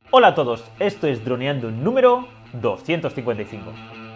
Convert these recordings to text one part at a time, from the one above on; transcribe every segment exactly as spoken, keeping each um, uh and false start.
Hola a todos, esto es Droneando número doscientos cincuenta y cinco.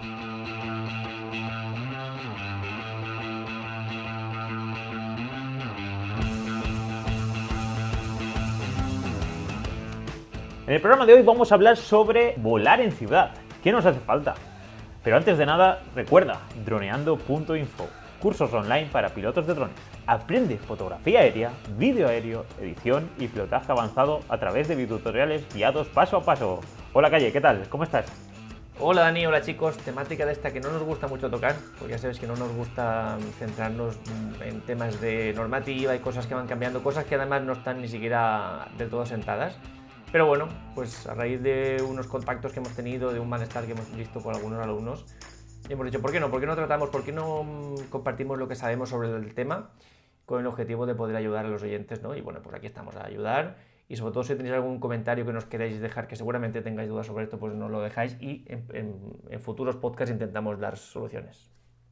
En el programa de hoy vamos a hablar sobre volar en ciudad. ¿Qué nos hace falta? Pero antes de nada, recuerda, droneando punto info, cursos online para pilotos de drones. Aprende fotografía aérea, vídeo aéreo, edición y pilotaje avanzado a través de videotutoriales guiados paso a paso. Hola Calle, ¿qué tal? ¿Cómo estás? Hola Dani, hola chicos, temática de esta que no nos gusta mucho tocar, porque ya sabes que no nos gusta centrarnos en temas de normativa y cosas que van cambiando, cosas que además no están ni siquiera del todo sentadas. Pero bueno, pues a raíz de unos contactos que hemos tenido, de un malestar que hemos visto por algunos alumnos, hemos dicho, ¿por qué no? ¿Por qué no tratamos? ¿Por qué no compartimos lo que sabemos sobre el tema con el objetivo de poder ayudar a los oyentes, ¿no? Y bueno, pues aquí estamos a ayudar. Y sobre todo si tenéis algún comentario que nos queráis dejar, que seguramente tengáis dudas sobre esto, pues nos lo dejáis y en, en, en futuros podcasts intentamos dar soluciones.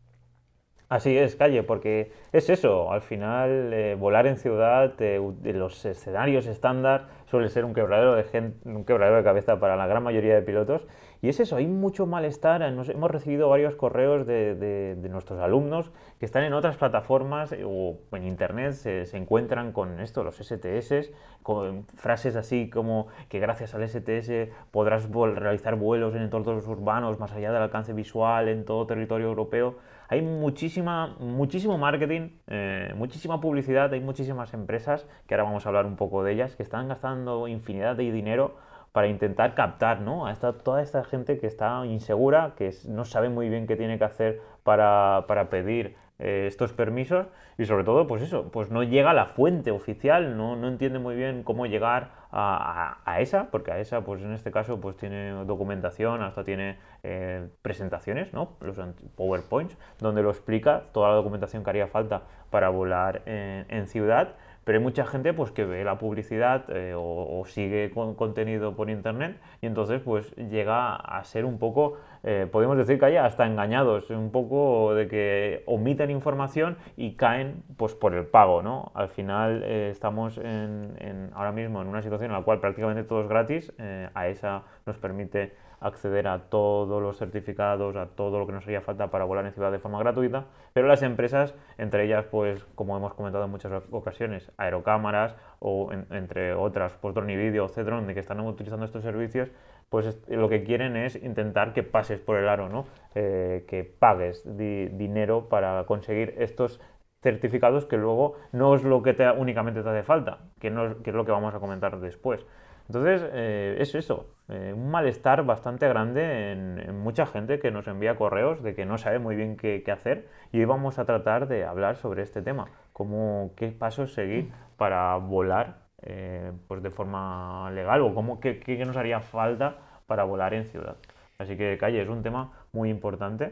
Así es, Calle, porque es eso, al final eh, volar en ciudad, eh, de los escenarios estándar, suele ser un quebradero de gente, un quebradero de cabeza para la gran mayoría de pilotos. Y es eso, hay mucho malestar. Nos, hemos recibido varios correos de, de, de nuestros alumnos que están en otras plataformas o en internet, se, se encuentran con esto, los S T S, con frases así como que gracias al S T S podrás vol- realizar vuelos en entornos urbanos más allá del alcance visual en todo territorio europeo. Hay muchísima, muchísimo marketing, eh, muchísima publicidad, hay muchísimas empresas, que ahora vamos a hablar un poco de ellas, que están gastando infinidad de dinero para intentar captar, ¿no?, a esta, toda esta gente que está insegura, que es, no sabe muy bien qué tiene que hacer para, para pedir eh, estos permisos y sobre todo, pues eso, pues no llega a la fuente oficial, no, no entiende muy bien cómo llegar a, a, a esa, porque a esa, pues en este caso, pues tiene documentación, hasta tiene eh, presentaciones, ¿no?, los PowerPoints, donde lo explica toda la documentación que haría falta para volar en, en ciudad. Pero hay mucha gente pues que ve la publicidad eh, o, o sigue con contenido por internet y entonces pues llega a ser un poco, eh, podemos decir que haya hasta engañados, un poco de que omiten información y caen pues por el pago, ¿no? Al final eh, estamos en, en, ahora mismo en una situación en la cual prácticamente todo es gratis, eh, a esa nos permite acceder a todos los certificados, a todo lo que nos haría falta para volar en ciudad de forma gratuita, pero las empresas, entre ellas, pues como hemos comentado en muchas ocasiones, Aerocámaras o en, entre otras, pues Drone o Cedrone, de que están utilizando estos servicios, pues lo que quieren es intentar que pases por el aro, ¿no? Eh, que pagues di- dinero para conseguir estos certificados que luego no es lo que te, únicamente te hace falta, que, no, que es lo que vamos a comentar después. Entonces, eh, es eso, eh, un malestar bastante grande en, en mucha gente que nos envía correos de que no sabe muy bien qué, qué hacer y hoy vamos a tratar de hablar sobre este tema, cómo, qué pasos seguir para volar eh, pues de forma legal o cómo, qué, qué nos haría falta para volar en ciudad. Así que, Calle, es un tema muy importante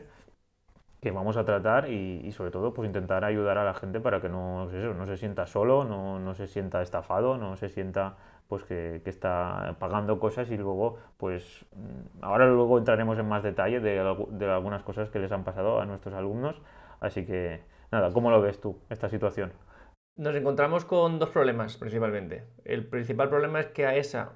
que vamos a tratar y, y sobre todo pues intentar ayudar a la gente para que no, pues eso, no se sienta solo, no, no se sienta estafado, no se sienta pues que, que está pagando cosas y luego pues ahora luego entraremos en más detalle de, de algunas cosas que les han pasado a nuestros alumnos, así que nada, ¿cómo lo ves tú esta situación? Nos encontramos con dos problemas principalmente. El principal problema es que AESA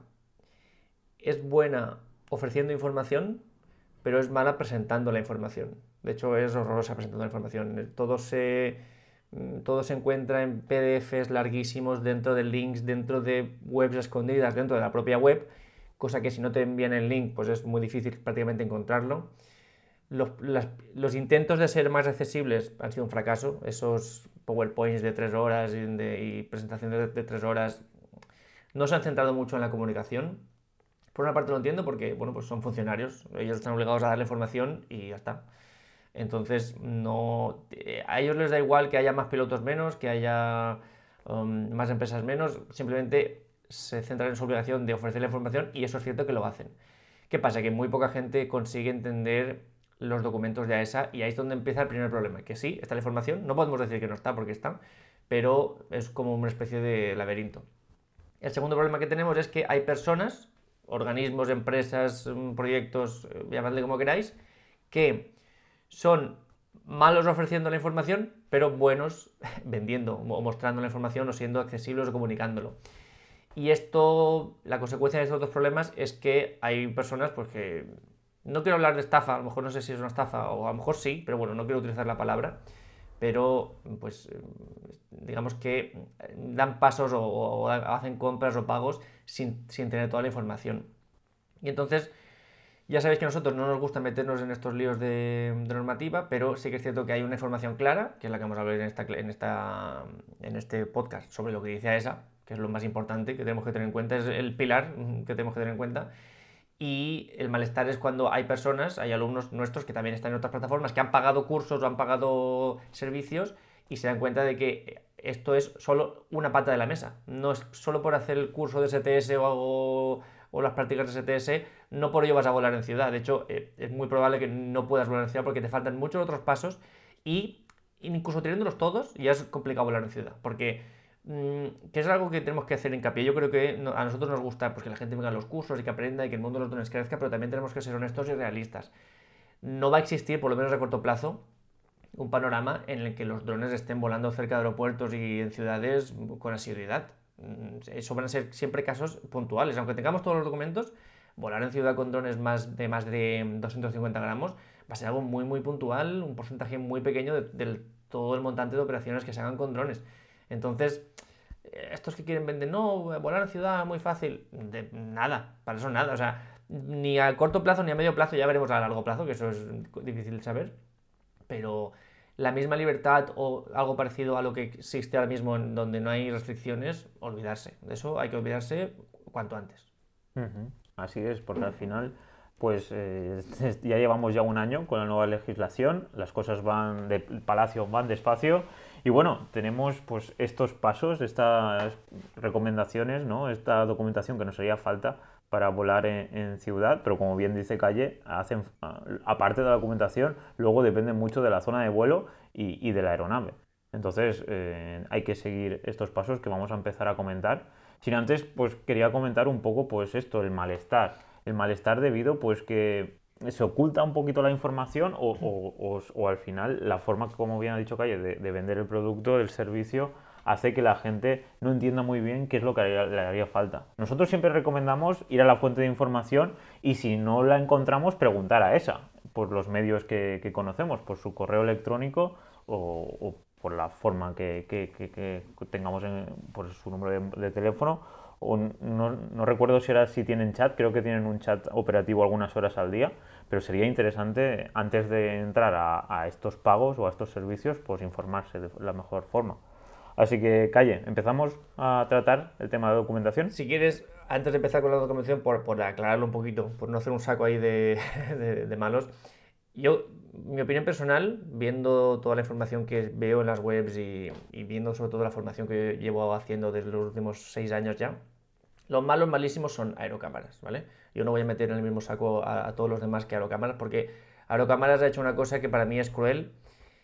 es buena ofreciendo información, pero es mala presentando la información. De hecho, es horrorosa presentando la información. Todo se, todo se encuentra en P D Fs larguísimos, dentro de links, dentro de webs escondidas, dentro de la propia web, cosa que si no te envían el link, pues es muy difícil prácticamente encontrarlo. Los, las, los intentos de ser más accesibles han sido un fracaso. Esos PowerPoints de tres horas y, de, y presentaciones de, de tres horas no se han centrado mucho en la comunicación. Por una parte lo entiendo porque, bueno, pues son funcionarios, ellos están obligados a darle información y ya está. Entonces, no, a ellos les da igual que haya más pilotos menos, que haya um, más empresas menos, simplemente se centran en su obligación de ofrecer la información y eso es cierto que lo hacen. ¿Qué pasa? Que muy poca gente consigue entender los documentos de AESA y ahí es donde empieza el primer problema, que sí, está la información, no podemos decir que no está porque está, pero es como una especie de laberinto. El segundo problema que tenemos es que hay personas, organismos, empresas, proyectos, llamadle como queráis, que son malos ofreciendo la información, pero buenos vendiendo o mostrando la información o siendo accesibles o comunicándolo. Y esto, la consecuencia de estos dos problemas es que hay personas pues que, no quiero hablar de estafa, a lo mejor no sé si es una estafa o a lo mejor sí, pero bueno, no quiero utilizar la palabra, pero pues digamos que dan pasos o, o hacen compras o pagos sin, sin tener toda la información. Y entonces, ya sabéis que a nosotros no nos gusta meternos en estos líos de, de normativa, pero sí que es cierto que hay una información clara, que es la que vamos a ver en, esta, en, esta, en este podcast, sobre lo que dice AESA, que es lo más importante que tenemos que tener en cuenta, es el pilar que tenemos que tener en cuenta. Y el malestar es cuando hay personas, hay alumnos nuestros que también están en otras plataformas, que han pagado cursos o han pagado servicios y se dan cuenta de que esto es solo una pata de la mesa. No es solo por hacer el curso de S T S o, algo, o las prácticas de S T S, no por ello vas a volar en ciudad. De hecho, eh, es muy probable que no puedas volar en ciudad porque te faltan muchos otros pasos y incluso teniéndolos todos ya es complicado volar en ciudad. Porque que es algo que tenemos que hacer hincapié. Yo creo que a nosotros nos gusta pues, que la gente venga a los cursos y que aprenda y que el mundo de los drones crezca, pero también tenemos que ser honestos y realistas. No va a existir, por lo menos a corto plazo, un panorama en el que los drones estén volando cerca de aeropuertos y en ciudades con asiduidad. Eso van a ser siempre casos puntuales. Aunque tengamos todos los documentos, volar en ciudad con drones más de más de doscientos cincuenta gramos va a ser algo muy, muy puntual, un porcentaje muy pequeño de, de todo el montante de operaciones que se hagan con drones. Entonces, estos que quieren vender, no, volar en ciudad muy fácil, de nada, para eso nada, o sea, ni a corto plazo ni a medio plazo, ya veremos a largo plazo, que eso es difícil de saber, pero la misma libertad o algo parecido a lo que existe ahora mismo en donde no hay restricciones, olvidarse, de eso hay que olvidarse cuanto antes. Uh-huh. Así es, porque al final pues eh, ya llevamos ya un año con la nueva legislación, las cosas van de palacio, van despacio y bueno, tenemos pues estos pasos, estas recomendaciones, ¿no? Esta documentación que nos haría falta para volar en, en ciudad, pero como bien dice Calle, hacen, aparte de la documentación, luego depende mucho de la zona de vuelo y, y de la aeronave. Entonces eh, hay que seguir estos pasos que vamos a empezar a comentar. Sin antes, pues quería comentar un poco pues esto, el malestar. El malestar debido pues que se oculta un poquito la información o, o, o, o al final la forma, como bien ha dicho Calle, de, de vender el producto, el servicio, hace que la gente no entienda muy bien qué es lo que le, le haría falta. Nosotros siempre recomendamos ir a la fuente de información y si no la encontramos, preguntar a esa, por los medios que, que conocemos, por su correo electrónico o, o por la forma que, que, que, que tengamos, en, por su número de, de teléfono. O no, no recuerdo si era si tienen chat, creo que tienen un chat operativo algunas horas al día, pero sería interesante antes de entrar a, a estos pagos o a estos servicios, pues informarse de la mejor forma. Así que, Calle, empezamos a tratar el tema de documentación. Si quieres, antes de empezar con la documentación, por, por aclararlo un poquito, por no hacer un saco ahí de, de, de malos, yo, mi opinión personal, viendo toda la información que veo en las webs y, y viendo sobre todo la formación que llevo haciendo desde los últimos seis años ya, los malos malísimos son aerocámaras, ¿vale? Yo no voy a meter en el mismo saco a, a todos los demás que aerocámaras porque aerocámaras ha hecho una cosa que para mí es cruel,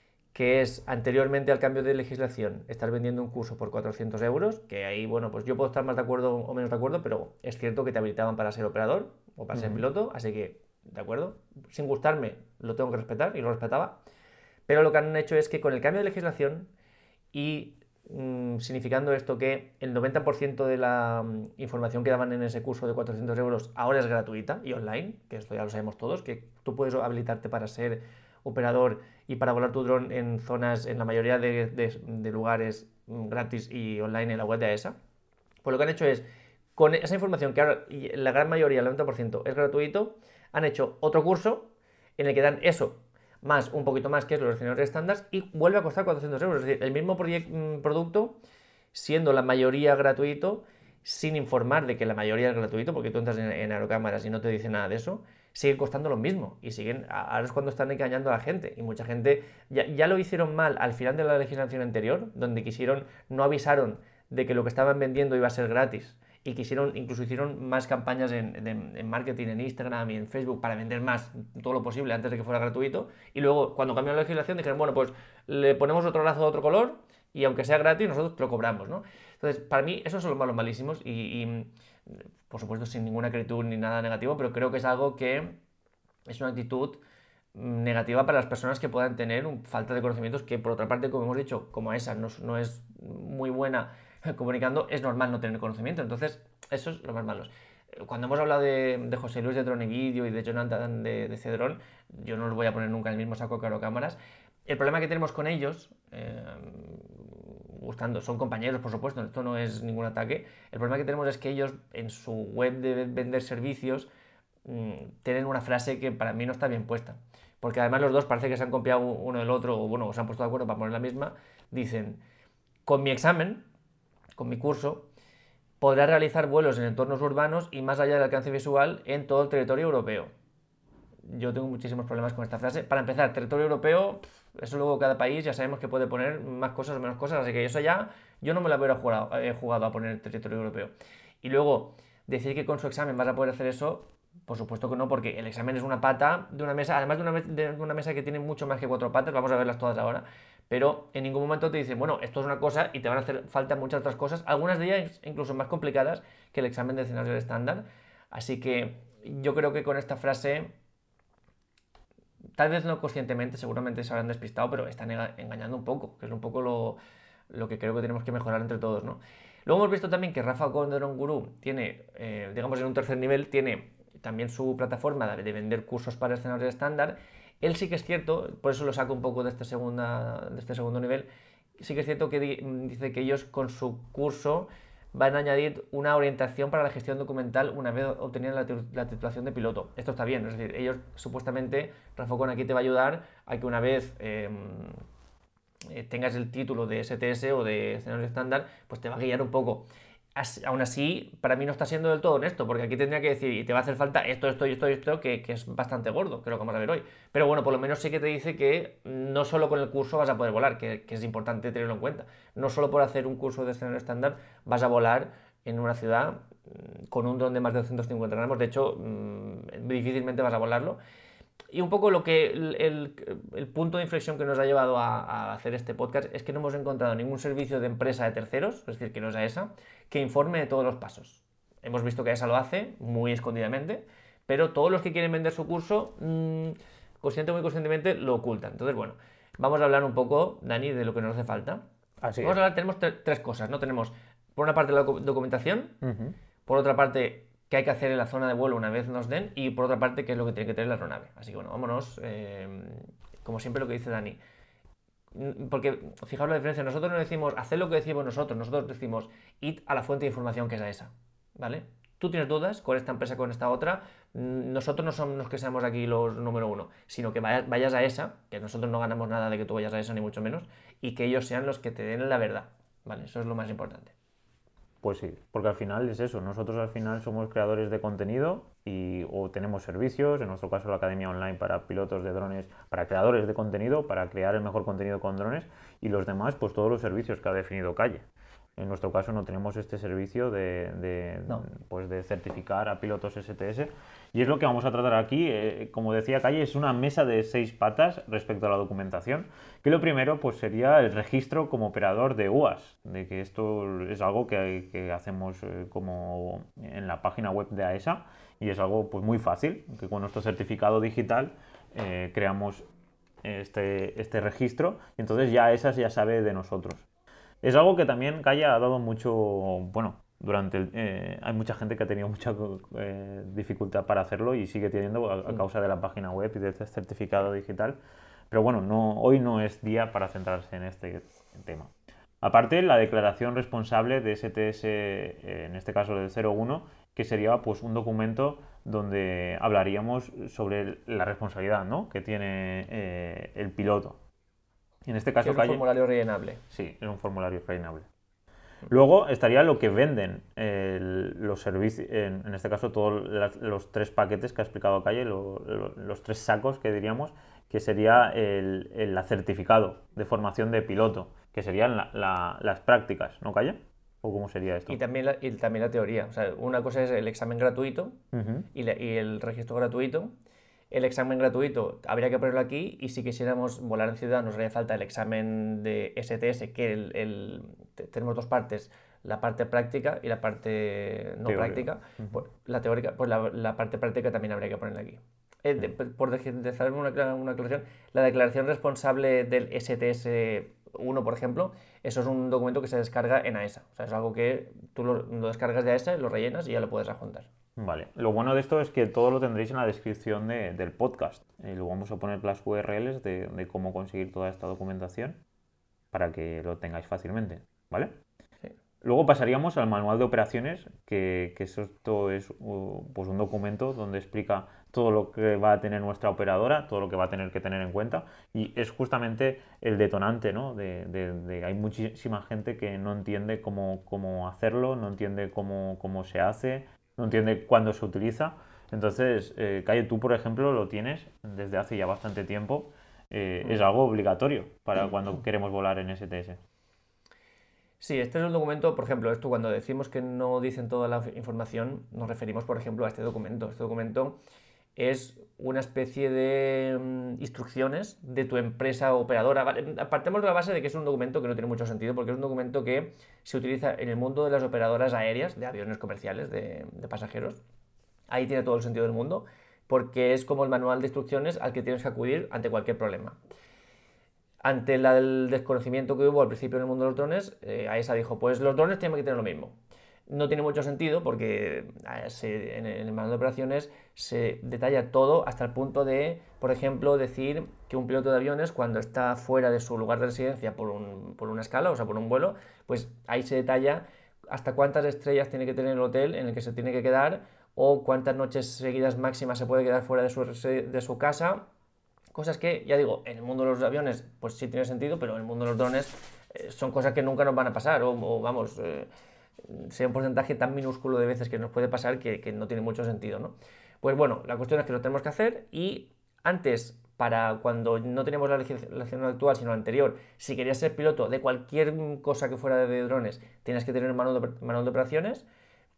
que es anteriormente al cambio de legislación estar vendiendo un curso por cuatrocientos euros, que ahí, bueno, pues yo puedo estar más de acuerdo o menos de acuerdo, pero es cierto que te habilitaban para ser operador o para ser piloto, así que, de acuerdo, sin gustarme, lo tengo que respetar y lo respetaba, pero lo que han hecho es que con el cambio de legislación y mmm, significando esto que el noventa por ciento de la mmm, información que daban en ese curso de cuatrocientos euros ahora es gratuita y online, que esto ya lo sabemos todos, que tú puedes habilitarte para ser operador y para volar tu dron en zonas, en la mayoría de, de, de lugares mmm, gratis y online en la web de AESA. Pues lo que han hecho es, con esa información que ahora la gran mayoría, el noventa por ciento, es gratuito, han hecho otro curso en el que dan eso más un poquito más, que es los escenarios estándar, y vuelve a costar cuatrocientos euros. Es decir, el mismo producto, siendo la mayoría gratuito, sin informar de que la mayoría es gratuito, porque tú entras en, en aerocámaras y no te dice nada de eso, sigue costando lo mismo. Y siguen, ahora es cuando están engañando a la gente. Y mucha gente ya, ya lo hicieron mal al final de la legislación anterior, donde quisieron, no avisaron de que lo que estaban vendiendo iba a ser gratis. Y quisieron, incluso hicieron más campañas en, en, en marketing, en Instagram y en Facebook para vender más, todo lo posible antes de que fuera gratuito. Y luego, cuando cambió la legislación, dijeron, bueno, pues le ponemos otro lazo de otro color y aunque sea gratis, nosotros te lo cobramos, ¿no? Entonces, para mí, esos son los malos malísimos y, y por supuesto, sin ninguna acritud ni nada negativo, pero creo que es algo que es una actitud negativa para las personas que puedan tener un, falta de conocimientos que, por otra parte, como hemos dicho, como esa no, no es muy buena comunicando, es normal no tener conocimiento. Entonces, eso es lo más malo. Cuando hemos hablado de, de José Luis de Drone y Vídeo y de Jonathan de, de Cedrón, yo no los voy a poner nunca en el mismo saco que Aerocámaras. El problema que tenemos con ellos, eh, gustando, son compañeros, por supuesto, esto no es ningún ataque. El problema que tenemos es que ellos, en su web de vender servicios, mmm, tienen una frase que para mí no está bien puesta. Porque además los dos parece que se han copiado uno del otro, o bueno, se han puesto de acuerdo para poner la misma. Dicen, con mi examen, con mi curso, podrá realizar vuelos en entornos urbanos y más allá del alcance visual en todo el territorio europeo. Yo tengo muchísimos problemas con esta frase. Para empezar, territorio europeo, eso luego cada país ya sabemos que puede poner más cosas o menos cosas, así que eso ya yo no me la hubiera jugado, eh, jugado a poner territorio europeo. Y luego, decir que con su examen vas a poder hacer eso, por supuesto que no, porque el examen es una pata de una mesa, además de una, de una mesa que tiene mucho más que cuatro patas, vamos a verlas todas ahora, pero en ningún momento te dicen, bueno, esto es una cosa y te van a hacer falta muchas otras cosas, algunas de ellas incluso más complicadas que el examen de escenario estándar. Así que yo creo que con esta frase, tal vez no conscientemente, seguramente se habrán despistado, pero están engañando un poco, que es un poco lo, lo que creo que tenemos que mejorar entre todos, ¿no? Luego hemos visto también que Rafa Ocon de Drone Guru tiene, eh, digamos en un tercer nivel, tiene también su plataforma de vender cursos para escenarios estándar. Él sí que es cierto, por eso lo saco un poco de este, segunda, de este segundo nivel, sí que es cierto que di, dice que ellos con su curso van a añadir una orientación para la gestión documental una vez obteniendo la, la titulación de piloto. Esto está bien, es decir, ellos supuestamente, Rafa Ocon aquí te va a ayudar a que una vez eh, tengas el título de S T S o de escenario estándar, pues te va a guiar un poco. Aún así, para mí no está siendo del todo honesto, porque aquí tendría que decir, y te va a hacer falta esto, esto y esto y esto, que, que es bastante gordo, que es lo que vamos a ver hoy. Pero bueno, por lo menos sí que te dice que no solo con el curso vas a poder volar, que, que es importante tenerlo en cuenta. No solo por hacer un curso de escenario estándar vas a volar en una ciudad con un dron de más de doscientos cincuenta gramos, de hecho, difícilmente vas a volarlo. Y un poco lo que el, el, el punto de inflexión que nos ha llevado a, a hacer este podcast es que no hemos encontrado ningún servicio de empresa de terceros, es decir, que no es AESA, que informe de todos los pasos. Hemos visto que AESA lo hace muy escondidamente, pero todos los que quieren vender su curso, mmm, consciente o muy conscientemente, lo ocultan. Entonces, bueno, vamos a hablar un poco, Dani, de lo que nos hace falta. Así vamos es. a hablar, tenemos tre- tres cosas, ¿no? Tenemos, por una parte, la documentación, Uh-huh. por otra parte, qué hay que hacer en la zona de vuelo una vez nos den, y por otra parte, qué es lo que tiene que tener la aeronave. Así que bueno, vámonos, eh, como siempre lo que dice Dani. Porque fijaos la diferencia, nosotros no decimos hacer lo que decimos nosotros, nosotros decimos id a la fuente de información que es AESA, ¿vale? Tú tienes dudas con esta empresa, con esta otra, nosotros no somos los que seamos aquí los número uno, sino que vayas a AESA, que nosotros no ganamos nada de que tú vayas a AESA ni mucho menos, y que ellos sean los que te den la verdad, ¿vale? Eso es lo más importante. Pues sí, porque al final es eso, nosotros al final somos creadores de contenido y o tenemos servicios, en nuestro caso la Academia Online para pilotos de drones, para creadores de contenido, para crear el mejor contenido con drones, y los demás pues todos los servicios que ha definido Calle. En nuestro caso no tenemos este servicio de, de, No. pues de certificar a pilotos S T S, y es lo que vamos a tratar aquí. Eh, como decía Calle, es una mesa de seis patas respecto a la documentación, que lo primero pues sería el registro como operador de U A S, de que esto es algo que, que hacemos eh, como en la página web de AESA, y es algo pues muy fácil, que con nuestro certificado digital eh, creamos este, este registro, y entonces ya AESA ya sabe de nosotros. Es algo que también Calle ha dado mucho, bueno, durante el, eh, hay mucha gente que ha tenido mucha eh, dificultad para hacerlo y sigue teniendo a, a causa de la página web y del certificado digital, pero bueno, no, hoy no es día para centrarse en este tema. Aparte, la declaración responsable de S T S, eh, en este caso del cero uno, que sería pues un documento donde hablaríamos sobre la responsabilidad, ¿no?, que tiene eh, el piloto. En este caso, es un Calle, formulario rellenable. Sí, es un formulario rellenable. Luego estaría lo que venden el, los servicios, en, en este caso todos los tres paquetes que ha explicado Calle, lo, lo, los tres sacos que diríamos, que sería el, el certificado de formación de piloto, que serían la, la, las prácticas, ¿no, Calle? ¿O cómo sería esto? Y también la, y también la teoría. O sea, una cosa es el examen gratuito Uh-huh. y, la, y el registro gratuito. El examen gratuito habría que ponerlo aquí, y si quisiéramos volar en ciudad nos haría falta el examen de S T S, que el, el, tenemos dos partes, la parte práctica y la parte no Teórica. práctica. Uh-huh. Pues, la teórica, pues la, la parte práctica también habría que ponerla aquí. Eh, de, por dejar una, una aclaración, la declaración responsable del S T S uno, por ejemplo, eso es un documento que se descarga en AESA. O sea, es algo que tú lo, lo descargas de AESA, lo rellenas y ya lo puedes adjuntar. Vale, lo bueno de esto es que todo lo tendréis en la descripción de- del podcast. Y luego vamos a poner las U R Ls de, de cómo conseguir toda esta documentación para que lo tengáis fácilmente, ¿vale? Sí. Luego pasaríamos al manual de operaciones, que, que esto es uh, pues un documento donde explica todo lo que va a tener nuestra operadora, todo lo que va a tener que tener en cuenta, y es justamente el detonante, ¿no? De, de- de- hay muchísima gente que no entiende cómo, cómo hacerlo, no entiende cómo, cómo se hace, no entiende cuándo se utiliza. Entonces, eh, Calle, tú, por ejemplo, lo tienes desde hace ya bastante tiempo. Eh, es algo obligatorio para cuando queremos volar en S T S. Sí, este es un documento, por ejemplo, esto cuando decimos que no dicen toda la información, nos referimos, por ejemplo, a este documento. Este documento es una especie de mm, instrucciones de tu empresa operadora. Vale, partemos de la base de que es un documento que no tiene mucho sentido, porque es un documento que se utiliza en el mundo de las operadoras aéreas, de aviones comerciales, de, de pasajeros. Ahí tiene todo el sentido del mundo, porque es como el manual de instrucciones al que tienes que acudir ante cualquier problema. Ante la- el desconocimiento que hubo al principio en el mundo de los drones, eh, AESA dijo, pues los drones tienen que tener lo mismo. No tiene mucho sentido porque eh, se- en el manual de operaciones se detalla todo hasta el punto de, por ejemplo, decir que un piloto de aviones cuando está fuera de su lugar de residencia por, un- por una escala, o sea, por un vuelo, pues ahí se detalla hasta cuántas estrellas tiene que tener el hotel en el que se tiene que quedar o cuántas noches seguidas máximas se puede quedar fuera de su, resi- de su casa. Cosas que, ya digo, en el mundo de los aviones pues sí tiene sentido, pero en el mundo de los drones eh, son cosas que nunca nos van a pasar, o, o vamos, eh, sea un porcentaje tan minúsculo de veces que nos puede pasar que, que no tiene mucho sentido, ¿no? Pues bueno, la cuestión es que lo tenemos que hacer y antes, para cuando no teníamos la legislación actual, sino la anterior, si querías ser piloto de cualquier cosa que fuera de drones, tienes que tener un manual de, manual de operaciones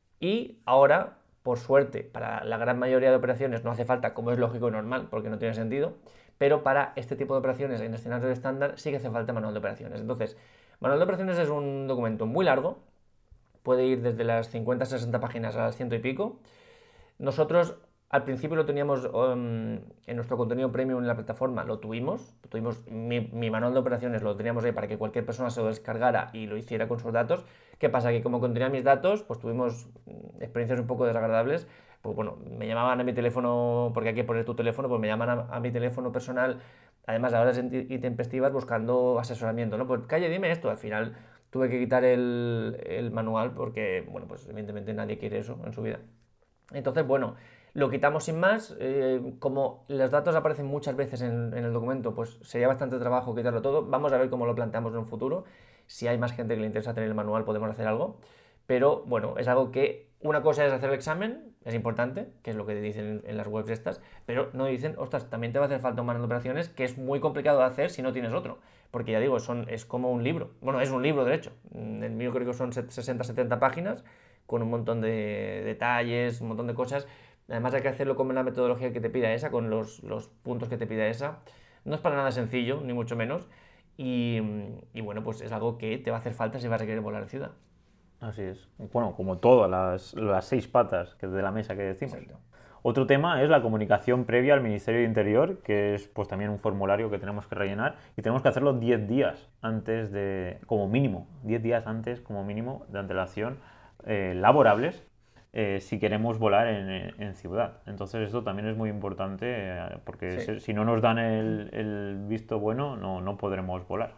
y ahora, por suerte, para la gran mayoría de operaciones no hace falta, como es lógico y normal, porque no tiene sentido, pero para este tipo de operaciones en escenarios estándar sí que hace falta manual de operaciones. Entonces, manual de operaciones es un documento muy largo, puede ir desde las cincuenta a sesenta páginas a las ciento y pico. Nosotros al principio lo teníamos um, en nuestro contenido premium en la plataforma, lo tuvimos, tuvimos mi, mi, manual de operaciones lo teníamos ahí para que cualquier persona se lo descargara y lo hiciera con sus datos. ¿Qué pasa? Que como contenía mis datos, pues tuvimos experiencias un poco desagradables. Pues bueno, me llamaban a mi teléfono, porque hay que poner tu teléfono, pues me llaman a, a mi teléfono personal, además a horas intempestivas buscando asesoramiento, ¿no? Pues Calle, dime esto, al final tuve que quitar el, el manual porque, bueno, pues evidentemente nadie quiere eso en su vida. Entonces, bueno, lo quitamos sin más. Eh, como los datos aparecen muchas veces en, en el documento, pues sería bastante trabajo quitarlo todo. Vamos a ver cómo lo planteamos en un futuro. Si hay más gente que le interesa tener el manual, podemos hacer algo. Pero bueno, es algo que una cosa es hacer el examen, es importante, que es lo que dicen en las webs estas, pero no dicen, ostras, también te va a hacer falta un manual de operaciones que es muy complicado de hacer si no tienes otro. Porque ya digo, son, es como un libro. Bueno, es un libro, de hecho. El mío creo que son sesenta setenta páginas con un montón de detalles, un montón de cosas. Además hay que hacerlo con la metodología que te pida esa, con los, los puntos que te pida esa. No es para nada sencillo, ni mucho menos. Y, y, bueno, pues es algo que te va a hacer falta si vas a querer volar en ciudad. Así es. Bueno, como todas las, las seis patas que de la mesa que decimos. Exacto. Otro tema es la comunicación previa al Ministerio de Interior, que es pues también un formulario que tenemos que rellenar y tenemos que hacerlo diez días antes de, como mínimo, diez días antes como mínimo de antelación eh, laborables eh, si queremos volar en, en, ciudad. Entonces esto también es muy importante eh, porque Sí. si, si no nos dan el, el visto bueno no, no podremos volar.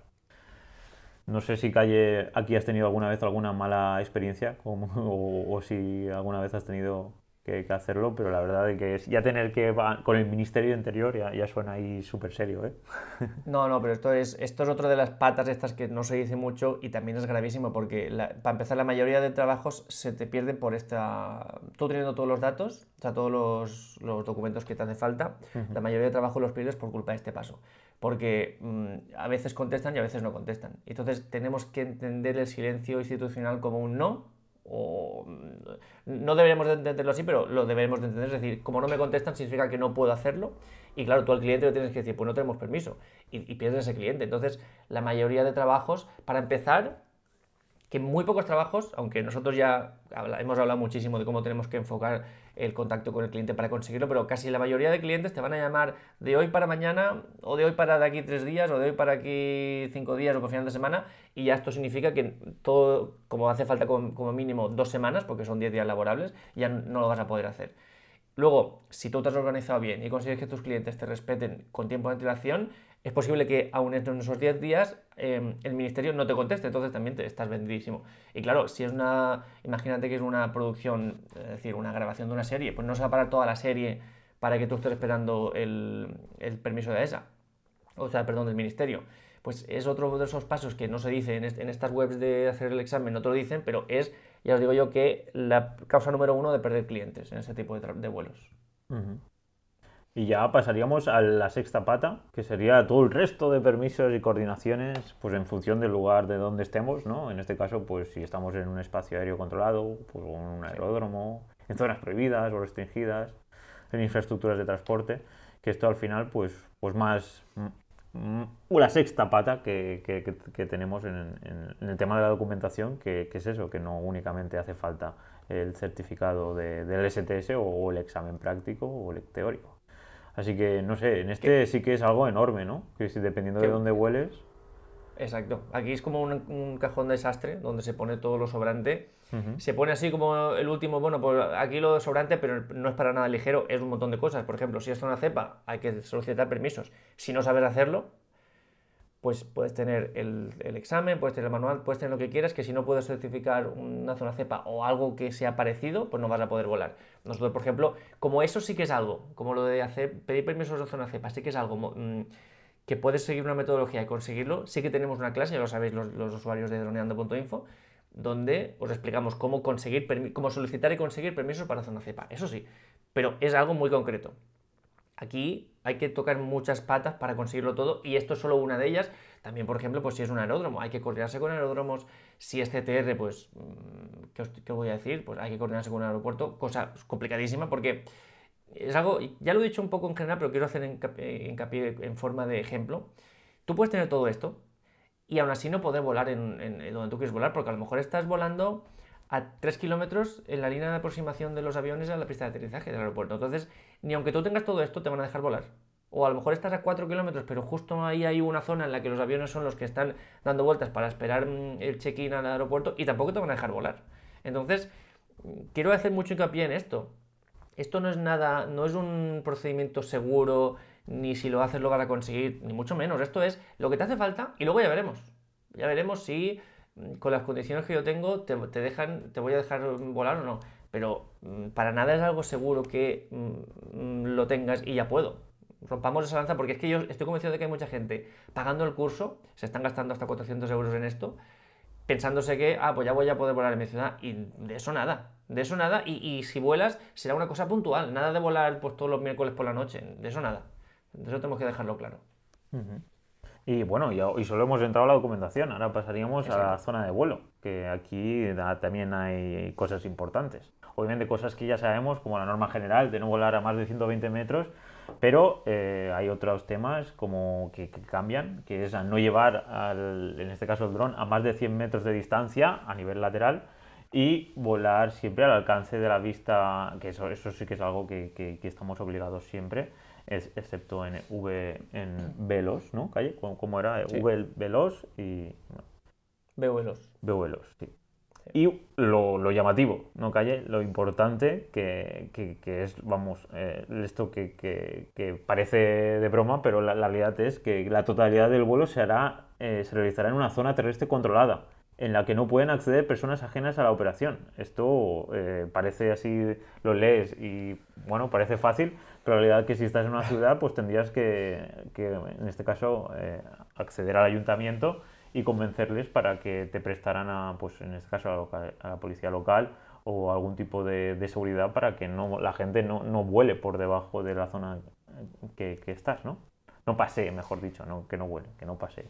No sé si, Calle, aquí has tenido alguna vez alguna mala experiencia como, o, o si alguna vez has tenido que, que hacerlo, pero la verdad es que es, ya tener que va, con el Ministerio de Interior ya, ya suena ahí súper serio, ¿eh? No, no, pero esto es, esto es otra de las patas estas que no se dice mucho y también es gravísimo porque la- para empezar la mayoría de trabajos se te pierden por esta... Tú teniendo todos los datos, o sea, todos los, los documentos que te hacen falta, Ujú. la mayoría de trabajos los pierdes por culpa de este paso. Porque mm, a veces contestan y a veces no contestan. Entonces tenemos que entender el silencio institucional como un no, o mm, no deberíamos de entenderlo así, pero lo deberemos de entender. Es decir, como no me contestan significa que no puedo hacerlo. Y claro, tú al cliente le tienes que decir, pues no tenemos permiso. Y, y pierdes ese cliente. Entonces, la mayoría de trabajos, para empezar, que muy pocos trabajos, aunque nosotros ya habla, hemos hablado muchísimo de cómo tenemos que enfocar el contacto con el cliente para conseguirlo, pero casi la mayoría de clientes te van a llamar de hoy para mañana, o de hoy para de aquí tres días, o de hoy para aquí cinco días, o por final de semana, y ya esto significa que todo, como hace falta como, como mínimo dos semanas, porque son diez días laborables, ya no lo vas a poder hacer. Luego, si tú te has organizado bien y consigues que tus clientes te respeten con tiempo de antelación, es posible que aún en esos diez días eh, el ministerio no te conteste, entonces también te estás vendidísimo. Y claro, si es una, imagínate que es una producción, es decir, una grabación de una serie, pues no se va a parar toda la serie para que tú estés esperando el, el permiso de A E S A, o sea, perdón, del ministerio. Pues es otro de esos pasos que no se dice en, est en estas webs de hacer el examen, no te lo dicen, pero es, ya os digo yo, que la causa número uno de perder clientes en este tipo de, de vuelos. Uh-huh. Y ya pasaríamos a la sexta pata, que sería todo el resto de permisos y coordinaciones, pues en función del lugar de donde estemos, ¿no? En este caso, pues si estamos en un espacio aéreo controlado, pues en un aeródromo, en zonas prohibidas o restringidas, en infraestructuras de transporte, que esto al final, pues, pues más la sexta pata que, que, que, que tenemos en, en, en el tema de la documentación, que, que es eso, que no únicamente hace falta el certificado de, del S T S o el examen práctico o el teórico. Así que, no sé, en este ¿Qué? sí que es algo enorme, ¿no? Que si dependiendo ¿Qué? de dónde hueles... Exacto. Aquí es como un, un cajón de desastre donde se pone todo lo sobrante. Uh-huh. Se pone así como el último, bueno, pues aquí lo sobrante, pero no es para nada ligero, es un montón de cosas. Por ejemplo, si es zona cepa, hay que solicitar permisos. Si no sabes hacerlo, pues puedes tener el, el examen, puedes tener el manual, puedes tener lo que quieras, que si no puedes certificar una zona cepa o algo que sea parecido, pues no vas a poder volar. Nosotros, por ejemplo, como eso sí que es algo, como lo de hacer, pedir permisos de zona cepa, sí que es algo mmm, que puedes seguir una metodología y conseguirlo, sí que tenemos una clase, ya lo sabéis los, los usuarios de droneando punto info, donde os explicamos cómo conseguir, cómo solicitar y conseguir permisos para zona cepa. Eso sí, pero es algo muy concreto. Aquí hay que tocar muchas patas para conseguirlo todo y esto es solo una de ellas. También, por ejemplo, pues si es un aeródromo, hay que coordinarse con aeródromos. Si es C T R, pues, ¿qué, os, qué voy a decir? Pues hay que coordinarse con un aeropuerto, cosa complicadísima porque es algo, ya lo he dicho un poco en general, pero quiero hacer hincapié, hincapié en forma de ejemplo. Tú puedes tener todo esto y aún así no poder volar en, en, en donde tú quieres volar, porque a lo mejor estás volando a tres kilómetros en la línea de aproximación de los aviones a la pista de aterrizaje del aeropuerto. Entonces, ni aunque tú tengas todo esto, te van a dejar volar. O a lo mejor estás a cuatro kilómetros, pero justo ahí hay una zona en la que los aviones son los que están dando vueltas para esperar el check-in al aeropuerto y tampoco te van a dejar volar. Entonces, quiero hacer mucho hincapié en esto. Esto no es nada, no es un procedimiento seguro, ni si lo haces lo vas a conseguir, ni mucho menos. Esto es lo que te hace falta y luego ya veremos. Ya veremos si con las condiciones que yo tengo te, te dejan, te voy a dejar volar o no. Pero mmm, para nada es algo seguro que mmm, lo tengas y ya puedo. Rompamos esa lanza porque es que yo estoy convencido de que hay mucha gente pagando el curso, se están gastando hasta cuatrocientos euros en esto, pensándose que, ah, pues ya voy a poder volar en mi ciudad, y de eso nada, de eso nada, y, y si vuelas será una cosa puntual, nada de volar pues todos los miércoles por la noche, de eso nada, de eso tenemos que dejarlo claro. Uh-huh. Y bueno, ya, y solo hemos entrado a la documentación, ahora pasaríamos Exacto. a la zona de vuelo, que aquí da, también hay cosas importantes. Obviamente cosas que ya sabemos, como la norma general de no volar a más de ciento veinte metros, pero eh, hay otros temas como que, que cambian, que es a no llevar, al, en este caso el dron, a más de cien metros de distancia a nivel lateral y volar siempre al alcance de la vista, que eso, eso sí que es algo que, que, que estamos obligados siempre. Es, excepto en V en Velos, ¿no? Calle, ¿cómo, cómo era? Sí. V Velos y... V-Velos. V-Velos, sí. sí. Y lo, lo llamativo, ¿no, Calle? Lo importante que, que, que es, vamos, eh, esto que, que, que parece de broma, pero la, la realidad es que la totalidad del vuelo se hará, eh, se realizará en una zona terrestre controlada, en la que no pueden acceder personas ajenas a la operación. Esto eh, parece así, lo lees y, bueno, parece fácil, pero la realidad es que si estás en una ciudad, pues tendrías que, que en este caso, eh, acceder al ayuntamiento y convencerles para que te prestaran, a, pues en este caso, a la, local, a la policía local o algún tipo de, de seguridad para que no, la gente no, no vuele por debajo de la zona que, que estás, ¿no? No pasee, mejor dicho, no, que no vuele, que no pasee.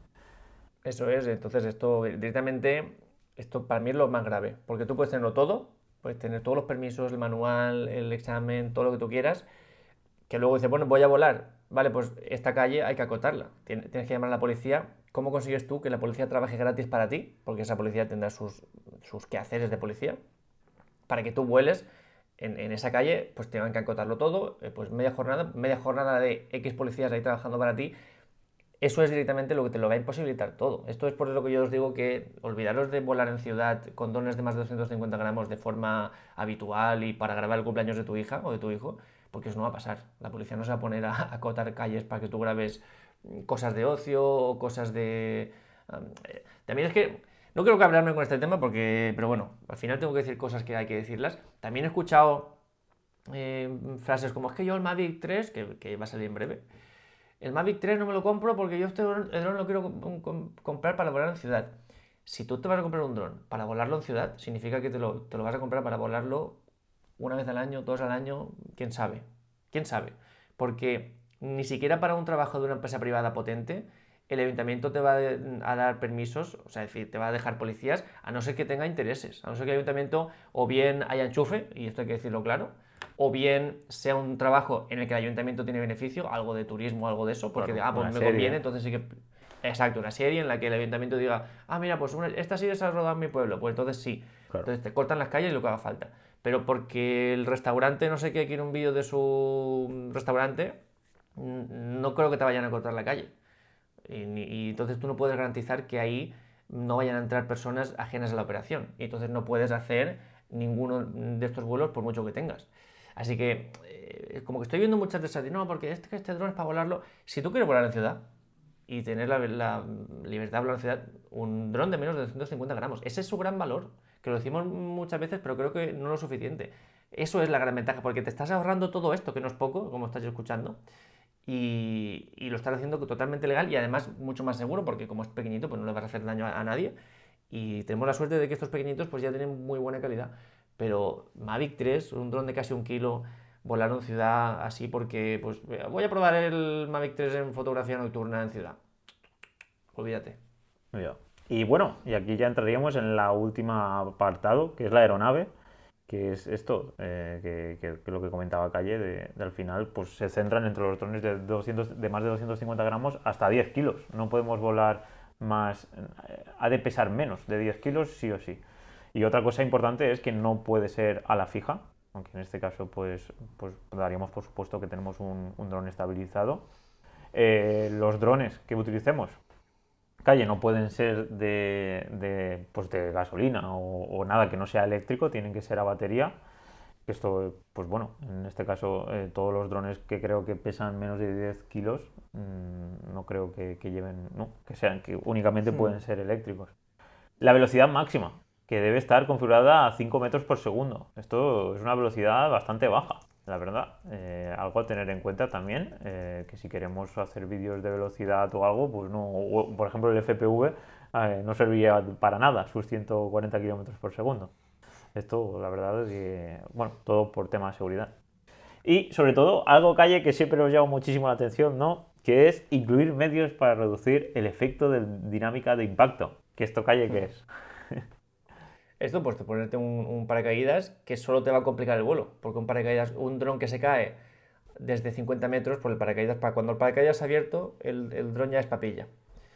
Eso es, entonces esto directamente, esto para mí es lo más grave, porque tú puedes tenerlo todo, puedes tener todos los permisos, el manual, el examen, todo lo que tú quieras, que luego dice, bueno, voy a volar. Vale, pues esta calle hay que acotarla. Tien- Tienes que llamar a la policía. ¿Cómo consigues tú que la policía trabaje gratis para ti? Porque esa policía tendrá sus, sus quehaceres de policía. Para que tú vueles en, en esa calle, pues tengan que acotarlo todo. eh, Pues media jornada, media jornada de X policías ahí trabajando para ti. Eso es directamente lo que te lo va a imposibilitar todo. Esto es por lo que yo os digo que olvidaros de volar en ciudad con drones de más de doscientos cincuenta gramos de forma habitual y para grabar el cumpleaños de tu hija o de tu hijo, porque eso no va a pasar. La policía no se va a poner a acotar calles para que tú grabes cosas de ocio o cosas de... um, eh, También es que no quiero cabrearme con este tema porque, pero bueno, al final tengo que decir cosas que hay que decirlas. También he escuchado eh, frases como es que yo el Mavic tres, que, que va a salir en breve, el Mavic tres no me lo compro porque yo este dron, el dron lo quiero com- com- comprar para volar en ciudad. Si tú te vas a comprar un dron para volarlo en ciudad, significa que te lo, te lo vas a comprar para volarlo una vez al año, dos al año, quién sabe. ¿Quién sabe? Porque ni siquiera para un trabajo de una empresa privada potente, el ayuntamiento te va a dar permisos, o sea, es decir, te va a dejar policías, a no ser que tenga intereses, a no ser que el ayuntamiento o bien haya enchufe, y esto hay que decirlo claro, o bien sea un trabajo en el que el ayuntamiento tiene beneficio, algo de turismo, algo de eso, porque Claro, ah, pues una me serie. conviene, entonces sí que... Exacto, una serie en la que el ayuntamiento diga, ah, mira, pues una- esta serie se ha rodado en mi pueblo, pues entonces sí. Claro. Entonces te cortan las calles y lo que haga falta. Pero porque el restaurante no sé qué quiere un vídeo de su restaurante, no creo que te vayan a cortar la calle. Y, y entonces tú no puedes garantizar que ahí no vayan a entrar personas ajenas a la operación. Y entonces no puedes hacer ninguno de estos vuelos por mucho que tengas. Así que, eh, como que estoy viendo muchas de esas, no, porque este, este dron es para volarlo. Si tú quieres volar en ciudad y tener la, la libertad de volar en ciudad, un dron de menos de doscientos cincuenta gramos, ese es su gran valor, que lo decimos muchas veces, pero creo que no lo suficiente. Eso es la gran ventaja, porque te estás ahorrando todo esto, que no es poco, como estás escuchando, y, y lo estás haciendo totalmente legal y además mucho más seguro, porque como es pequeñito, pues no le vas a hacer daño a, a nadie. Y tenemos la suerte de que estos pequeñitos pues ya tienen muy buena calidad. Pero Mavic tres, un dron de casi un kilo, volar en ciudad así porque pues voy a probar el Mavic tres en fotografía nocturna en ciudad. Olvídate. Ya. Y bueno, y aquí ya entraríamos en la última apartado, que es la aeronave, que es esto, eh, que, que- que lo que comentaba Calle, de, de al final pues se centran entre los drones de, doscientos, de más de doscientos cincuenta gramos hasta diez kilos. No podemos volar más, eh, ha de pesar menos de diez kilos sí o sí. Y otra cosa importante es que no puede ser a la fija, aunque en este caso pues, pues daríamos por supuesto que tenemos un, un dron estabilizado. Eh, los drones que utilicemos, Calle, no pueden ser de, de, pues de gasolina o, o nada que no sea eléctrico, tienen que ser a batería. Esto, pues bueno, en este caso eh, todos los drones que creo que pesan menos de diez kilos, mmm, no creo que, que lleven, no, que sean, que únicamente Hmm. pueden ser eléctricos. La velocidad máxima, que debe estar configurada a cinco metros por segundo. Esto es una velocidad bastante baja, la verdad. Eh, algo a tener en cuenta también, eh, que si queremos hacer vídeos de velocidad o algo, pues no, o, por ejemplo el F P V eh, no serviría para nada sus ciento cuarenta kilómetros por segundo. Esto, la verdad es que, bueno, todo por tema de seguridad. Y sobre todo, algo, Calle, que siempre nos llama muchísimo la atención, ¿no? Que es incluir medios para reducir el efecto de dinámica de impacto. Que esto, Calle, ¿qué Hmm. es? Esto, pues te ponerte un, un paracaídas que solo te va a complicar el vuelo, porque un paracaídas, un dron que se cae desde cincuenta metros por el paracaídas, para cuando el paracaídas ha abierto, el, el dron ya es papilla.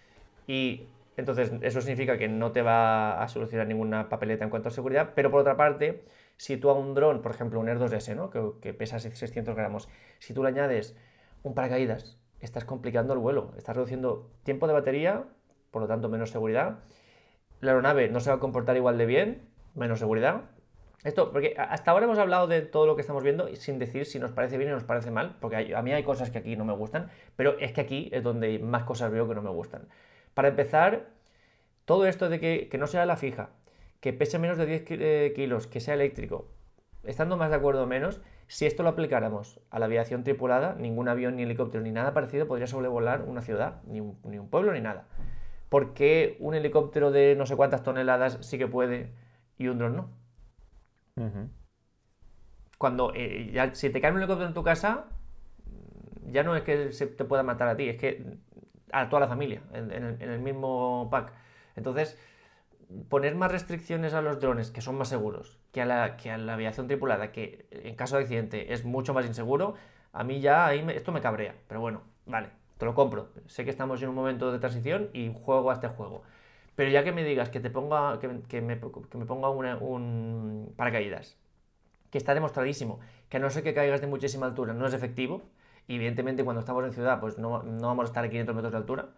Y entonces eso significa que no te va a solucionar ninguna papeleta en cuanto a seguridad, pero por otra parte, si tú a un dron, por ejemplo un Air dos ese, ¿no? que, que pesa seiscientos gramos, si tú le añades un paracaídas, estás complicando el vuelo, estás reduciendo tiempo de batería, por lo tanto menos seguridad, la aeronave no se va a comportar igual de bien, menos seguridad. Esto, porque hasta ahora hemos hablado de todo lo que estamos viendo sin decir si nos parece bien o nos parece mal, porque hay- a mí hay cosas que aquí no me gustan, pero es que aquí es donde más cosas veo que no me gustan. Para empezar, todo esto de que, que no sea la fija, que pese menos de diez eh, kilos, que sea eléctrico, estando más de acuerdo o menos, si esto lo aplicáramos a la aviación tripulada, ningún avión, ni helicóptero, ni nada parecido podría sobrevolar una ciudad, ni un, ni un pueblo, ni nada. ¿Por qué un helicóptero de no sé cuántas toneladas sí que puede y un dron no? Ujú. Cuando eh, ya, si te cae un helicóptero en tu casa, ya no es que se te pueda matar a ti, es que a toda la familia, en, en el, en el mismo pack. Entonces, poner más restricciones a los drones, que son más seguros, que a la, que a la aviación tripulada, que en caso de accidente es mucho más inseguro, a mí ya ahí me- esto me cabrea. Pero bueno, vale, te lo compro. Sé que estamos en un momento de transición y juego a este juego. Pero ya que me digas que te ponga, que, que me, que me ponga una- un paracaídas, que está demostradísimo que a no ser que caigas de muchísima altura no es efectivo, y evidentemente cuando estamos en ciudad pues no, no vamos a estar a quinientos metros de altura,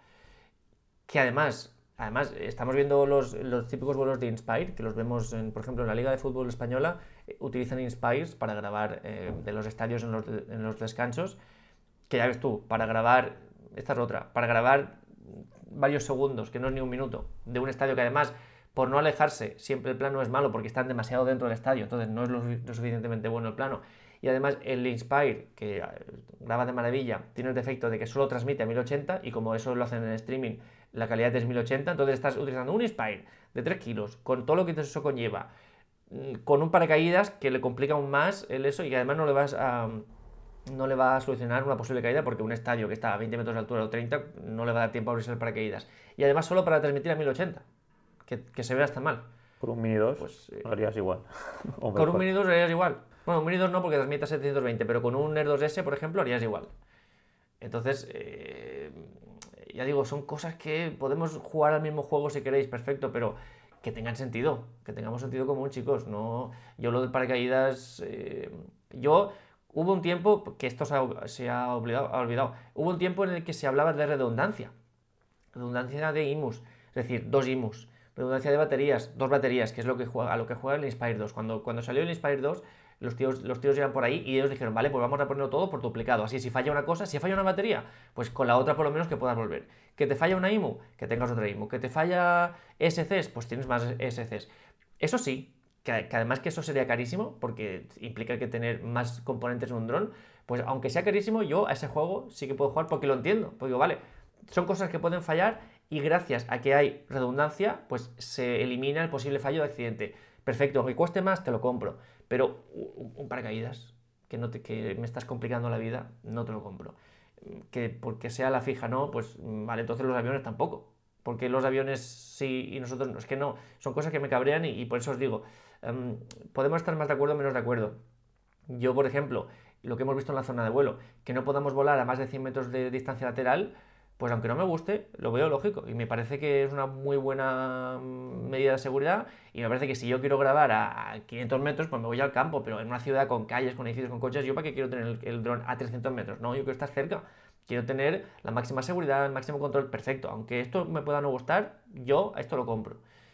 que además, además estamos viendo los, los típicos vuelos de Inspire, que los vemos, en, por ejemplo, en la Liga de Fútbol Española, eh, utilizan Inspires para grabar eh, de los estadios en los, en los descansos, que ya ves tú, para grabar, esta es otra, para grabar varios segundos, que no es ni un minuto, de un estadio que además, por no alejarse, siempre el plano es malo porque están demasiado dentro del estadio, entonces no es lo, lo suficientemente bueno el plano. Y además el Inspire, que eh, graba de maravilla, tiene el defecto de que solo transmite a mil ochenta y como eso lo hacen en streaming, la calidad es mil ochenta, entonces estás utilizando un Inspire de tres kilos, con todo lo que eso conlleva, mm, con un paracaídas que le complica aún más el eso y que además no le vas a no le va a solucionar una posible caída porque un estadio que está a veinte metros de altura o treinta no le va a dar tiempo a abrirse el paracaídas. Y además solo para transmitir a mil ochenta, que, que se vea hasta mal. Por un Mini dos Pues lo eh, harías igual, o con un mejor. Mini dos harías igual. Bueno, un Mini dos no porque transmite a setecientos veinte, pero con un Air dos ese, por ejemplo, harías igual. Entonces, eh, ya digo, son cosas que podemos jugar al mismo juego si queréis, perfecto, pero que tengan sentido, que tengamos sentido común, chicos. No, yo lo del paracaídas, eh, yo hubo un tiempo que esto se ha, se ha olvidado, ha olvidado. Hubo un tiempo en el que se hablaba de redundancia, redundancia de IMUs, es decir, dos IMUs, redundancia de baterías, dos baterías, que es lo que juega, a lo que juega el Inspire dos. Cuando, cuando salió el Inspire dos, los tíos, los tíos iban por ahí y ellos dijeron, vale, pues vamos a ponerlo todo por duplicado. Así, si falla una cosa, si falla una batería, pues con la otra por lo menos que puedas volver. Que te falla una IMU, que tengas otra IMU. Que te falla E S Cs, pues tienes más E S Cs. Eso sí, que, que además que eso sería carísimo, porque implica que tener más componentes en un dron, pues aunque sea carísimo, yo a ese juego sí que puedo jugar porque lo entiendo. Porque digo, vale, son cosas que pueden fallar y gracias a que hay redundancia, pues se elimina el posible fallo de accidente. Perfecto, aunque cueste más, te lo compro. Pero un, un paracaídas, que, no te, que me estás complicando la vida, no te lo compro. Que porque sea la fija no, pues vale, entonces los aviones tampoco. Porque los aviones sí y nosotros no. Es que no, son cosas que me cabrean y, y por eso os digo, um, podemos estar más de acuerdo o menos de acuerdo. Yo, por ejemplo, lo que hemos visto en la zona de vuelo, que no podamos volar a más de cien metros de distancia lateral, pues aunque no me guste, lo veo lógico y me parece que es una muy buena medida de seguridad y me parece que si yo quiero grabar a quinientos metros, pues me voy al campo, pero en una ciudad con calles, con edificios, con coches, ¿yo para qué quiero tener el, el dron a trescientos metros? No, yo quiero estar cerca, quiero tener la máxima seguridad, el máximo control, perfecto. Aunque esto me pueda no gustar, yo a esto lo compro.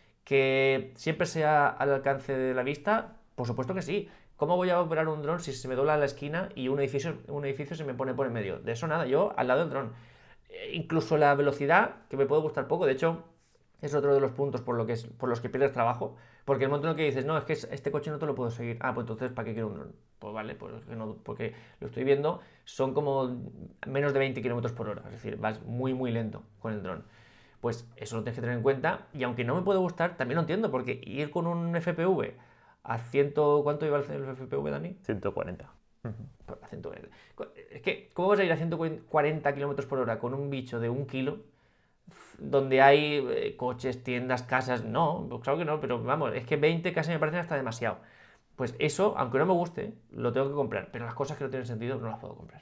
Que siempre sea al alcance de la vista, por supuesto que sí. ¿Cómo voy a operar un dron si se me dobla la esquina y un edificio, un edificio se me pone por en medio? De eso nada, yo al lado del dron. Eh, incluso la velocidad, que me puede gustar poco, de hecho, es otro de los puntos por, lo que es, por los que pierdes trabajo. Porque el momento en el que dices, no, es que este coche no te lo puedo seguir. Ah, pues entonces, ¿para qué quiero un dron? Pues vale, pues que no, porque lo estoy viendo, son como menos de veinte kilómetros por hora. Es decir, vas muy, muy lento con el dron. Pues eso lo tienes que tener en cuenta. Y aunque no me puede gustar, también lo entiendo, porque ir con un F P V a ciento. ¿Cuánto iba el F P V, Dani? ciento cuarenta. Pues a ciento cuarenta. Es que, ¿cómo vas a ir a ciento cuarenta kilómetros por hora con un bicho de un kilo donde hay eh, coches, tiendas, casas? No, pues claro que no, pero vamos, es que veinte casi me parecen hasta demasiado. Pues eso, aunque no me guste, lo tengo que comprar, pero las cosas que no tienen sentido no las puedo comprar.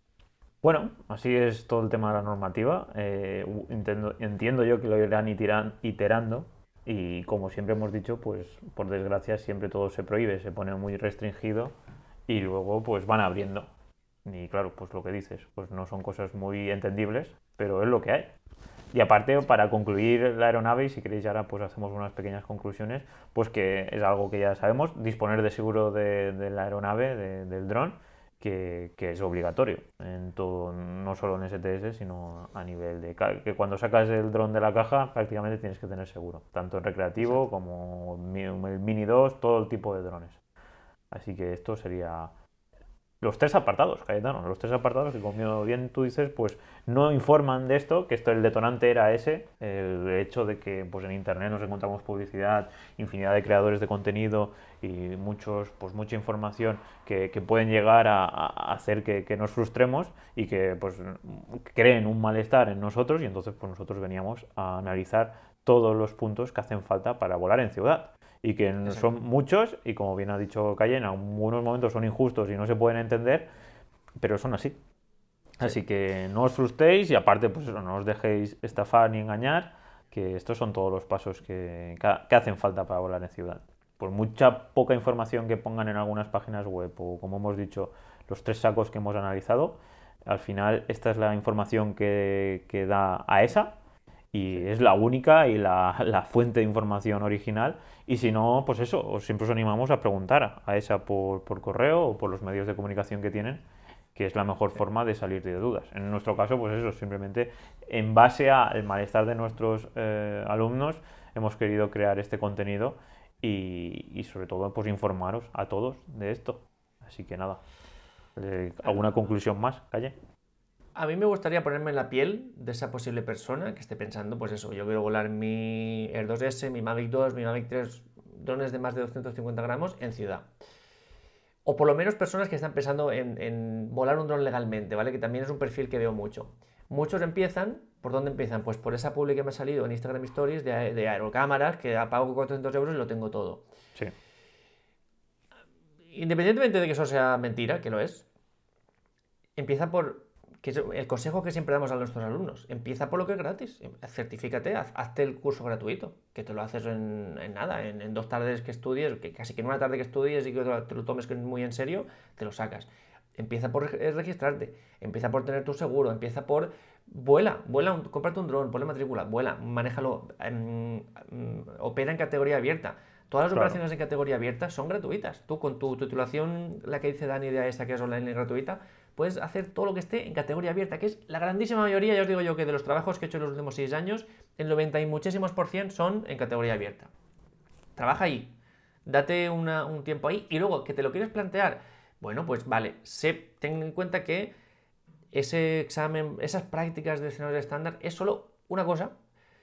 Bueno, así es todo el tema de la normativa. Eh, u- entiendo, entiendo yo que lo irán itiran- iterando y como siempre hemos dicho, pues por desgracia siempre todo se prohíbe, se pone muy restringido y luego pues van abriendo. Y claro, pues lo que dices, pues no son cosas muy entendibles, pero es lo que hay. Y aparte, para concluir la aeronave, y si queréis ya ahora pues hacemos unas pequeñas conclusiones, pues que es algo que ya sabemos, disponer de seguro de, de la aeronave, de- del dron, que, que es obligatorio, en todo, no solo en S T S, sino a nivel de ca- que cuando sacas el dron de la caja prácticamente tienes que tener seguro, tanto en recreativo Exacto. como mi- el Mini dos, todo el tipo de drones. Así que esto sería los tres apartados, Cayetano, los tres apartados que como bien tú dices, pues no informan de esto, que esto el detonante era ese, el hecho de que pues en internet nos encontramos publicidad, infinidad de creadores de contenido y muchos, pues mucha información que, que pueden llegar a, a hacer que, que, nos frustremos y que pues creen un malestar en nosotros y entonces pues nosotros veníamos a analizar todos los puntos que hacen falta para volar en ciudad y que Exacto. son muchos y como bien ha dicho Calle, en algunos momentos son injustos y no se pueden entender, pero son así. Sí. Así que no os frustréis y aparte, pues eso, no os dejéis estafar ni engañar, que estos son todos los pasos que, que hacen falta para volar en ciudad. Por mucha poca información que pongan en algunas páginas web o, como hemos dicho, los tres sacos que hemos analizado, al final esta es la información que, que da AESA y Sí. es la única y la, la fuente de información original. Y si no, pues eso, os, siempre os animamos a preguntar a AESA por, por correo o por los medios de comunicación que tienen, que es la mejor Sí. forma de salir de dudas. En nuestro caso, pues eso, simplemente en base al malestar de nuestros eh, alumnos, hemos querido crear este contenido y, y sobre todo, pues informaros a todos de esto. Así que nada, eh, ¿alguna conclusión más, Calle? A mí me gustaría ponerme en la piel de esa posible persona que esté pensando, pues eso, yo quiero volar mi Air dos ese, mi Mavic dos, mi Mavic tres, drones de más de doscientos cincuenta gramos en ciudad. O por lo menos personas que están pensando en, en volar un dron legalmente, ¿vale? Que también es un perfil que veo mucho. Muchos empiezan, ¿por dónde empiezan? Pues por esa publi que me ha salido en Instagram Stories de, de aerocámaras, que pago cuatrocientos euros y lo tengo todo. Sí. Independientemente de que eso sea mentira, que lo es, empieza por, que es el consejo que siempre damos a nuestros alumnos, empieza por lo que es gratis, certifícate, haz, hazte el curso gratuito, que te lo haces en, en nada, en, en, dos tardes que estudies, que casi que en una tarde que estudies y que te lo tomes muy en serio, te lo sacas. Empieza por registrarte, empieza por tener tu seguro, empieza por... Vuela, vuela, un, cómprate un dron, ponle matrícula, vuela, manéjalo, um, um, opera en categoría abierta. Todas las Claro. operaciones en categoría abierta son gratuitas. Tú con tu titulación, la que dice Dani de esa que es online y gratuita, puedes hacer todo lo que esté en categoría abierta, que es la grandísima mayoría, ya os digo yo, que de los trabajos que he hecho en los últimos seis años, el noventa y muchísimos por cien son en categoría abierta. Trabaja ahí, date una, un tiempo ahí y luego que te lo quieres plantear, bueno, pues vale, sé, ten en cuenta que ese examen, esas prácticas de escenario estándar es solo una cosa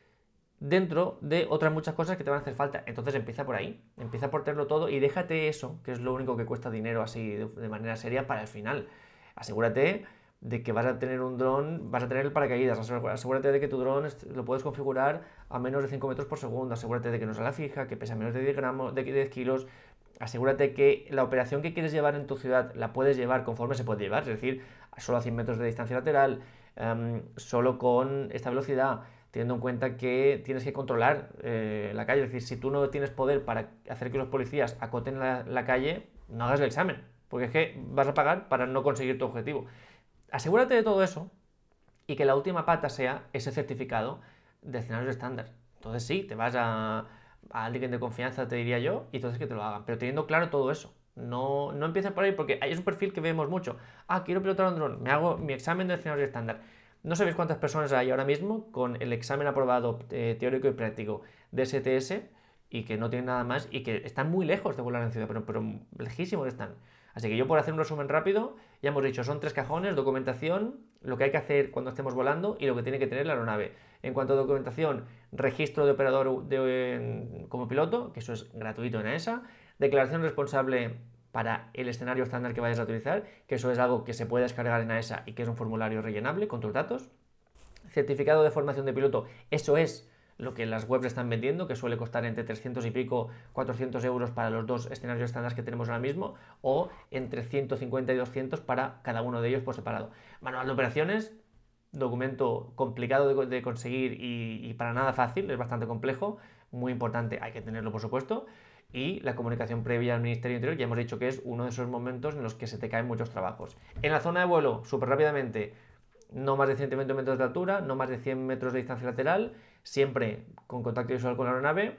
dentro de otras muchas cosas que te van a hacer falta. Entonces empieza por ahí, empieza por tenerlo todo y déjate eso, que es lo único que cuesta dinero así de, de manera seria para el final. Asegúrate de que vas a tener un dron, vas a tener el paracaídas, asegúrate de que tu dron lo puedes configurar a menos de cinco metros por segundo, asegúrate de que no es a la fija, que pesa menos de diez gramos, de diez kilos, asegúrate que la operación que quieres llevar en tu ciudad la puedes llevar conforme se puede llevar, es decir, solo a cien metros de distancia lateral, um, solo con esta velocidad, teniendo en cuenta que tienes que controlar eh, la calle, es decir, si tú no tienes poder para hacer que los policías acoten la, la calle, no hagas el examen, porque es que vas a pagar para no conseguir tu objetivo. Asegúrate de todo eso y que la última pata sea ese certificado de escenarios estándar. Entonces sí, te vas a, a alguien de confianza, te diría yo, y entonces que te lo hagan, pero teniendo claro todo eso. No, no empieces por ahí porque es un perfil que vemos mucho. Ah, quiero pilotar un dron, me hago mi examen de escenarios estándar. No sabéis cuántas personas hay ahora mismo con el examen aprobado eh, teórico y práctico de S T S y que no tienen nada más y que están muy lejos de volar en ciudad, pero, pero lejísimos están. Así que yo, por hacer un resumen rápido, ya hemos dicho, son tres cajones: documentación, lo que hay que hacer cuando estemos volando y lo que tiene que tener la aeronave. En cuanto a documentación, registro de operador de, como piloto, que eso es gratuito en AESA, declaración responsable para el escenario estándar que vayas a utilizar, que eso es algo que se puede descargar en AESA y que es un formulario rellenable con tus datos. Certificado de formación de piloto, eso es lo que las webs están vendiendo, que suele costar entre trescientos y pico, cuatrocientos euros para los dos escenarios estándar que tenemos ahora mismo, o entre ciento cincuenta y doscientos para cada uno de ellos por separado. Manual de operaciones, documento complicado de, de conseguir y, y para nada fácil, es bastante complejo, muy importante, hay que tenerlo por supuesto. Y la comunicación previa al Ministerio Interior, ya hemos dicho que es uno de esos momentos en los que se te caen muchos trabajos. En la zona de vuelo, súper rápidamente, no más de ciento veinte metros de altura, no más de cien metros de distancia lateral, siempre con contacto visual con la aeronave,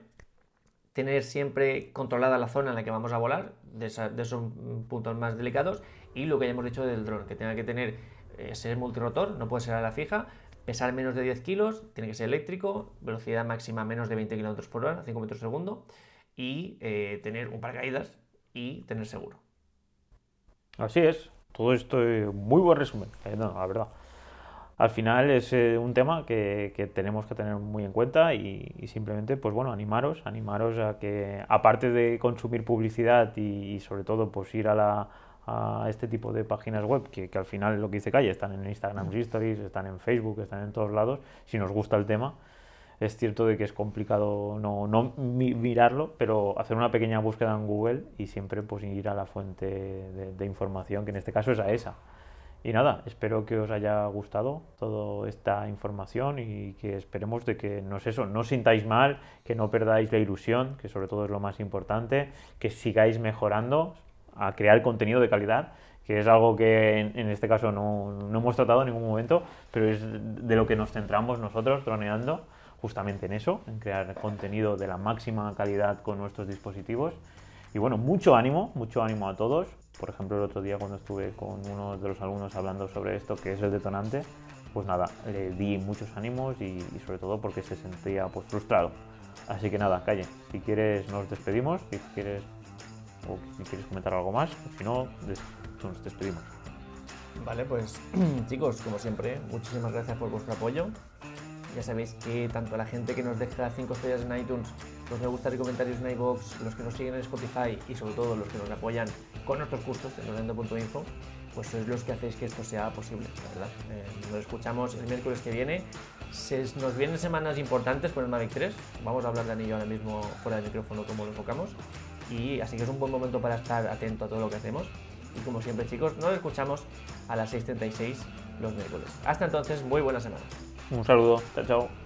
tener siempre controlada la zona en la que vamos a volar, de, esa, de esos puntos más delicados, y lo que ya hemos dicho del dron, que tenga que tener, eh, ser multirotor, no puede ser a la fija, pesar menos de diez kilos, tiene que ser eléctrico, velocidad máxima menos de veinte kilómetros por hora, cinco metros por segundo, y eh, tener un paracaídas y tener seguro. Así es, todo esto es muy buen resumen, eh, no, la verdad. Al final es eh, un tema que, que tenemos que tener muy en cuenta y, y simplemente, pues bueno, animaros, animaros a que, aparte de consumir publicidad y, y sobre todo, pues ir a, la, a este tipo de páginas web, que, que al final lo que dice Calle, están en Instagram Stories, están en Facebook, están en todos lados, si nos gusta el tema. Es cierto de que es complicado no, no mirarlo, pero hacer una pequeña búsqueda en Google y siempre pues ir a la fuente de, de información, que en este caso es AESA. Y nada, espero que os haya gustado toda esta información y que esperemos de que no es eso, no os sintáis mal, que no perdáis la ilusión, que sobre todo es lo más importante, que sigáis mejorando a crear contenido de calidad, que es algo que en, en este caso no, no hemos tratado en ningún momento, pero es de lo que nos centramos nosotros droneando, justamente en eso, en crear contenido de la máxima calidad con nuestros dispositivos. Y bueno, mucho ánimo, mucho ánimo a todos. Por ejemplo, el otro día cuando estuve con uno de los alumnos hablando sobre esto, que es el detonante, pues nada, le di muchos ánimos y, y sobre todo porque se sentía pues frustrado. Así que nada, Calle, si quieres nos despedimos, si quieres o si quieres comentar algo más, o si no, des- nos despedimos. Vale, pues chicos, como siempre, muchísimas gracias por vuestro apoyo. Ya sabéis que tanto la gente que nos deja cinco estrellas en iTunes, los me gusta y comentarios en iVoox, los que nos siguen en Spotify y sobre todo los que nos apoyan con nuestros cursos en droneando punto info, pues sois los que hacéis que esto sea posible, la verdad. Eh, nos escuchamos el miércoles que viene. Se, nos vienen semanas importantes con el Mavic tres. Vamos a hablar de anillo ahora mismo fuera del micrófono cómo lo enfocamos. Y así que es un buen momento para estar atento a todo lo que hacemos. Y como siempre, chicos, nos escuchamos a las seis treinta y seis los miércoles. Hasta entonces, muy buena semana. Un saludo, chao, chao.